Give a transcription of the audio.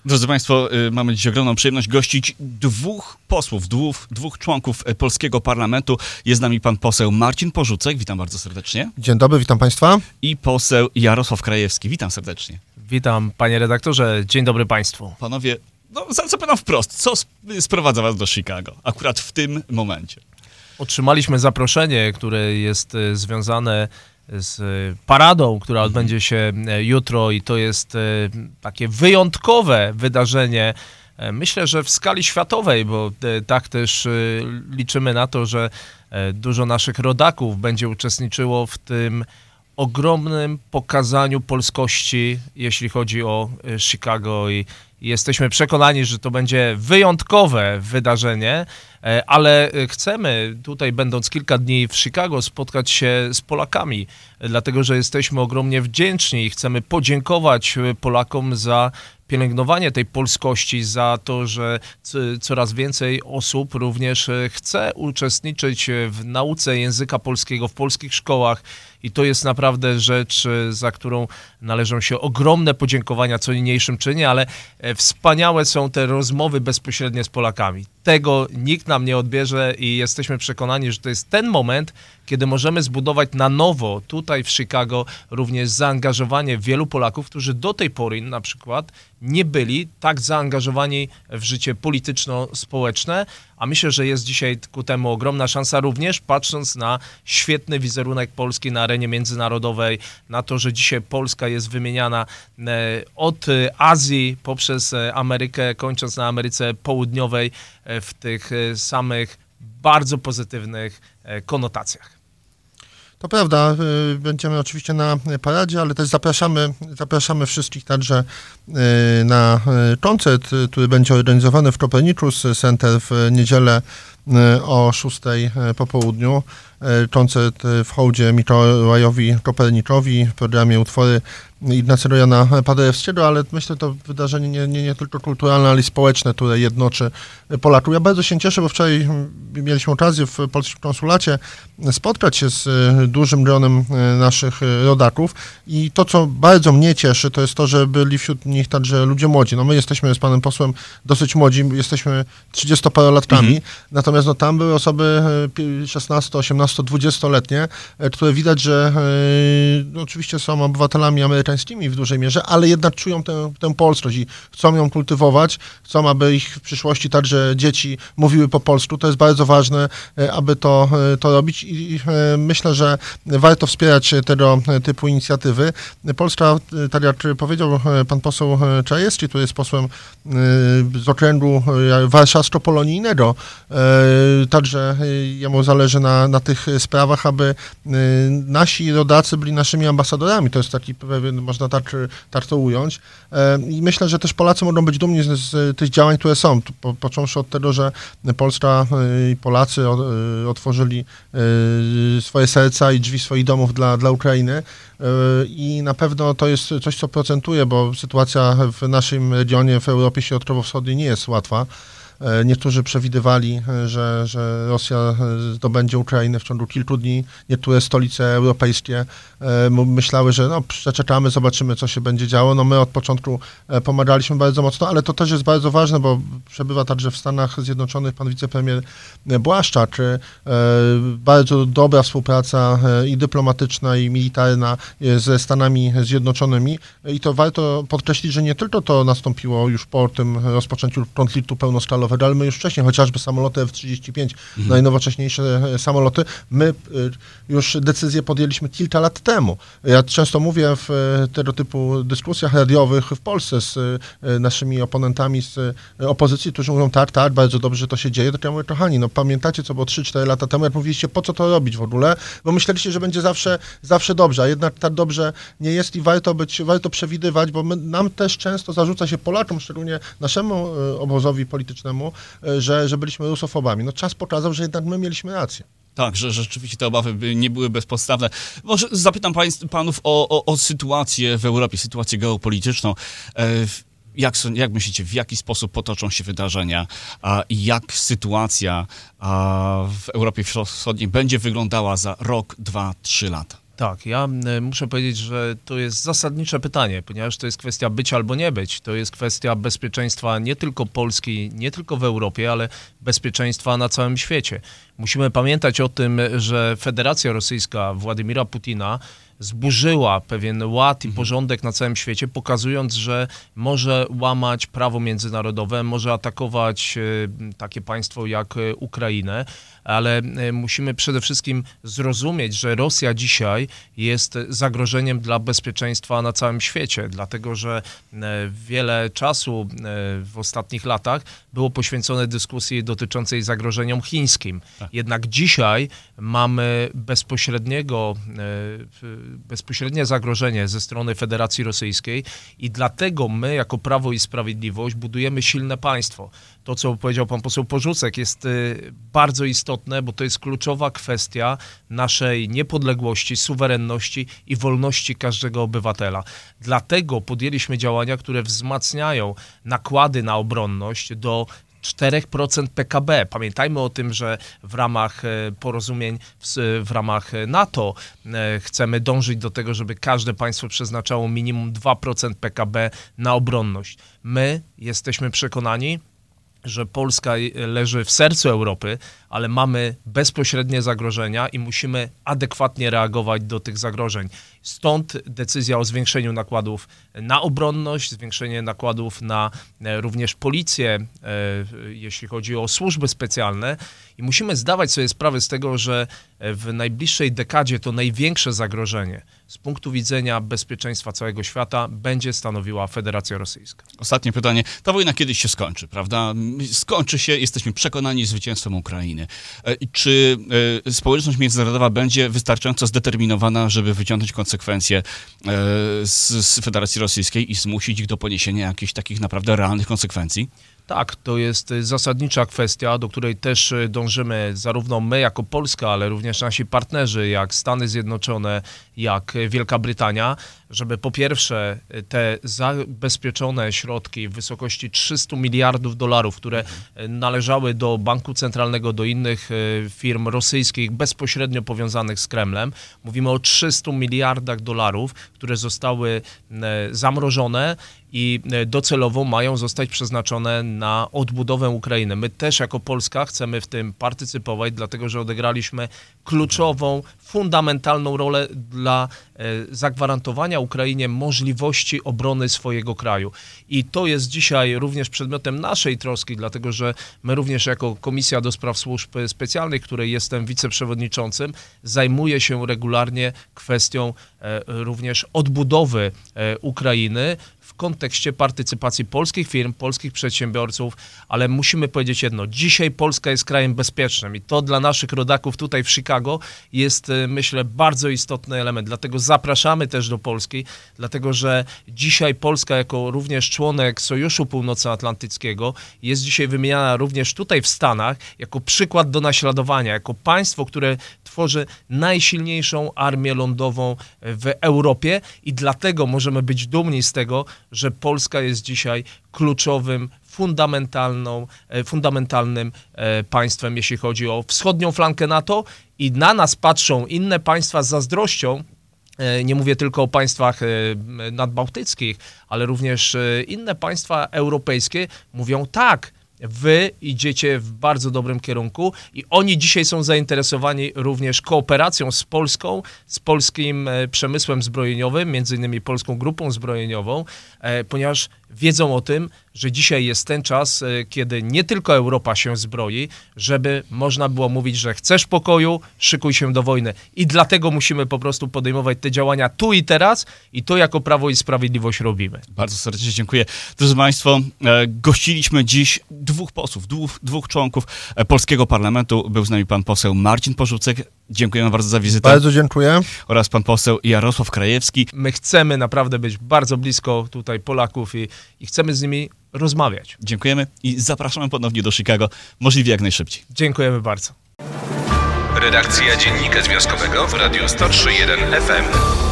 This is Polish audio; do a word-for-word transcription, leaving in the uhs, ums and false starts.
Drodzy Państwo, mamy dziś ogromną przyjemność gościć dwóch posłów, dwóch, dwóch członków polskiego parlamentu. Jest z nami pan poseł Marcin Porzucek, witam bardzo serdecznie. Dzień dobry, witam Państwa. I poseł Jarosław Krajewski, witam serdecznie. Witam panie redaktorze, dzień dobry Państwu. Panowie, no zapytam wprost, co sprowadza was do Chicago akurat w tym momencie? Otrzymaliśmy zaproszenie, które jest związane z paradą, która odbędzie się jutro i to jest takie wyjątkowe wydarzenie, myślę, że w skali światowej, bo tak też liczymy na to, że dużo naszych rodaków będzie uczestniczyło w tym ogromnym pokazaniu polskości, jeśli chodzi o Chicago i jesteśmy przekonani, że to będzie wyjątkowe wydarzenie, ale chcemy tutaj, będąc kilka dni w Chicago, spotkać się z Polakami, dlatego że jesteśmy ogromnie wdzięczni i chcemy podziękować Polakom za pielęgnowanie tej polskości, za to, że coraz więcej osób również chce uczestniczyć w nauce języka polskiego w polskich szkołach i to jest naprawdę rzecz, za którą należą się ogromne podziękowania co niniejszym czynie, ale wspaniałe są te rozmowy bezpośrednie z Polakami. Tego nikt nam nie odbierze i jesteśmy przekonani, że to jest ten moment, kiedy możemy zbudować na nowo tutaj w Chicago również zaangażowanie wielu Polaków, którzy do tej pory na przykład nie byli tak zaangażowani w życie polityczno-społeczne, a myślę, że jest dzisiaj ku temu ogromna szansa również patrząc na świetny wizerunek Polski na arenie międzynarodowej, na to, że dzisiaj Polska jest wymieniana od Azji poprzez Amerykę, kończąc na Ameryce Południowej w tych samych bardzo pozytywnych konotacjach. To prawda, będziemy oczywiście na paradzie, ale też zapraszamy, zapraszamy wszystkich także na koncert, który będzie organizowany w Copernicus Center w niedzielę o szóstej po południu. Koncert w hołdzie Mikołajowi Kopernikowi, w programie utwory Ignacego Jana Paderewskiego, ale myślę, to wydarzenie nie, nie, nie tylko kulturalne, ale i społeczne, które jednoczy Polaków. Ja bardzo się cieszę, bo wczoraj mieliśmy okazję w polskim konsulacie spotkać się z dużym gronem naszych rodaków i to, co bardzo mnie cieszy, to jest to, że byli wśród nich także ludzie młodzi. No my jesteśmy z panem posłem dosyć młodzi, jesteśmy trzydziestoparolatkami, mhm. natomiast no, tam były osoby szesnasto, osiemnasto, dwudziestoletnie, które widać, że no, oczywiście są obywatelami amerykańskimi w dużej mierze, ale jednak czują tę, tę polskość i chcą ją kultywować, chcą, aby ich w przyszłości także dzieci mówiły po polsku. To jest bardzo ważne, aby to, to robić i myślę, że warto wspierać tego typu inicjatywy. Polska, tak jak powiedział pan poseł Czajewski, który jest posłem z okręgu warszawsko-polonijnego, także jemu zależy na, na tych sprawach, aby nasi rodacy byli naszymi ambasadorami. To jest taki pewien, można tak, tak to ująć. I myślę, że też Polacy mogą być dumni z, z tych działań, które są. Po, począwszy od tego, że Polska i Polacy otworzyli swoje serca i drzwi swoich domów dla, dla Ukrainy. I na pewno to jest coś, co procentuje, bo sytuacja w naszym regionie, w Europie Środkowo-Wschodniej nie jest łatwa. Niektórzy przewidywali, że, że Rosja zdobędzie Ukrainę w ciągu kilku dni. Niektóre stolice europejskie myślały, że no, przeczekamy, zobaczymy, co się będzie działo. No my od początku pomagaliśmy bardzo mocno, ale to też jest bardzo ważne, bo przebywa także w Stanach Zjednoczonych pan wicepremier Błaszczak. Bardzo dobra współpraca i dyplomatyczna, i militarna ze Stanami Zjednoczonymi. I to warto podkreślić, że nie tylko to nastąpiło już po tym rozpoczęciu konfliktu pełnoskalowego, ale my już wcześniej, chociażby samoloty F trzydzieści pięć, mhm. najnowocześniejsze samoloty, my już decyzję podjęliśmy kilka lat temu. Ja często mówię w tego typu dyskusjach radiowych w Polsce z naszymi oponentami z opozycji, którzy mówią, tak, tak, bardzo dobrze, że to się dzieje. To ja mówię, kochani, no pamiętacie, co było trzy cztery lata temu, jak mówiliście, po co to robić w ogóle, bo myśleliście, że będzie zawsze, zawsze dobrze, a jednak tak dobrze nie jest i warto być, warto przewidywać, bo my, nam też często zarzuca się Polakom, szczególnie naszemu obozowi politycznemu, że, że byliśmy rusofobami. No czas pokazał, że jednak my mieliśmy rację. Tak, że rzeczywiście te obawy by nie były bezpodstawne. Może zapytam państw, panów o, o, o sytuację w Europie, sytuację geopolityczną. Jak, jak myślicie, w jaki sposób potoczą się wydarzenia a, i jak sytuacja a, w Europie Wschodniej będzie wyglądała za rok, dwa, trzy lata? Tak, ja y, muszę powiedzieć, że to jest zasadnicze pytanie, ponieważ to jest kwestia być albo nie być. To jest kwestia bezpieczeństwa nie tylko Polski, nie tylko w Europie, ale bezpieczeństwa na całym świecie. Musimy pamiętać o tym, że Federacja Rosyjska Władimira Putina zburzyła pewien ład i porządek na całym świecie, pokazując, że może łamać prawo międzynarodowe, może atakować e, takie państwo jak e, Ukrainę, ale e, musimy przede wszystkim zrozumieć, że Rosja dzisiaj jest zagrożeniem dla bezpieczeństwa na całym świecie, dlatego że e, wiele czasu e, w ostatnich latach było poświęcone dyskusji dotyczącej zagrożeniom chińskim. Tak. Jednak dzisiaj mamy bezpośredniego e, bezpośrednie zagrożenie ze strony Federacji Rosyjskiej i dlatego my jako Prawo i Sprawiedliwość budujemy silne państwo. To, co powiedział pan poseł Porzucek, jest bardzo istotne, bo to jest kluczowa kwestia naszej niepodległości, suwerenności i wolności każdego obywatela. Dlatego podjęliśmy działania, które wzmacniają nakłady na obronność do cztery procent P K B. Pamiętajmy o tym, że w ramach porozumień, w, w ramach NATO chcemy dążyć do tego, żeby każde państwo przeznaczało minimum dwa procent P K B na obronność. My jesteśmy przekonani, że Polska leży w sercu Europy, ale mamy bezpośrednie zagrożenia i musimy adekwatnie reagować do tych zagrożeń. Stąd decyzja o zwiększeniu nakładów na obronność, zwiększenie nakładów na również policję, jeśli chodzi o służby specjalne. I musimy zdawać sobie sprawę z tego, że w najbliższej dekadzie to największe zagrożenie z punktu widzenia bezpieczeństwa całego świata będzie stanowiła Federacja Rosyjska. Ostatnie pytanie. Ta wojna kiedyś się skończy, prawda? Skończy się, jesteśmy przekonani zwycięstwem Ukrainy. Czy społeczność międzynarodowa będzie wystarczająco zdeterminowana, żeby wyciągnąć konsekwencje z, z Federacji Rosyjskiej i zmusić ich do poniesienia jakichś takich naprawdę realnych konsekwencji? Tak, to jest zasadnicza kwestia, do której też dążymy zarówno my jako Polska, ale również nasi partnerzy, jak Stany Zjednoczone, jak Wielka Brytania, żeby po pierwsze te zabezpieczone środki w wysokości trzysta miliardów dolarów, które należały do Banku Centralnego, do innych firm rosyjskich bezpośrednio powiązanych z Kremlem, mówimy o trzystu miliardach dolarów, które zostały zamrożone i docelowo mają zostać przeznaczone na odbudowę Ukrainy. My też jako Polska chcemy w tym partycypować, dlatego że odegraliśmy kluczową, fundamentalną rolę dla zagwarantowania Ukrainie możliwości obrony swojego kraju. I to jest dzisiaj również przedmiotem naszej troski, dlatego że my również jako Komisja do Spraw Służb Specjalnych, której jestem wiceprzewodniczącym, zajmuję się regularnie kwestią również odbudowy Ukrainy w kontekście partycypacji polskich firm, polskich przedsiębiorców, ale musimy powiedzieć jedno, dzisiaj Polska jest krajem bezpiecznym i to dla naszych rodaków tutaj w Chicago jest, myślę, bardzo istotny element, dlatego zapraszamy też do Polski, dlatego że dzisiaj Polska jako również członek Sojuszu Północnoatlantyckiego jest dzisiaj wymieniana również tutaj w Stanach jako przykład do naśladowania, jako państwo, które tworzy najsilniejszą armię lądową w Europie i dlatego możemy być dumni z tego, że Polska jest dzisiaj kluczowym, fundamentalną, fundamentalnym państwem, jeśli chodzi o wschodnią flankę NATO i na nas patrzą inne państwa z zazdrością. Nie mówię tylko o państwach nadbałtyckich, ale również inne państwa europejskie mówią tak, wy idziecie w bardzo dobrym kierunku i oni dzisiaj są zainteresowani również kooperacją z Polską, z polskim przemysłem zbrojeniowym, między innymi Polską Grupą Zbrojeniową, ponieważ wiedzą o tym, że dzisiaj jest ten czas, kiedy nie tylko Europa się zbroi, żeby można było mówić, że chcesz pokoju, szykuj się do wojny. I dlatego musimy po prostu podejmować te działania tu i teraz i to jako Prawo i Sprawiedliwość robimy. Bardzo serdecznie dziękuję. Drodzy Państwo, gościliśmy dziś dwóch posłów, dwóch, dwóch członków polskiego parlamentu. Był z nami pan poseł Marcin Porzucek. Dziękujemy bardzo za wizytę. Bardzo dziękuję. Oraz pan poseł Jarosław Krajewski. My chcemy naprawdę być bardzo blisko tutaj Polaków i, i chcemy z nimi rozmawiać. Dziękujemy i zapraszamy ponownie do Chicago, możliwie jak najszybciej. Dziękujemy bardzo. Redakcja Dziennika Związkowego w Radiu sto trzy jeden F M.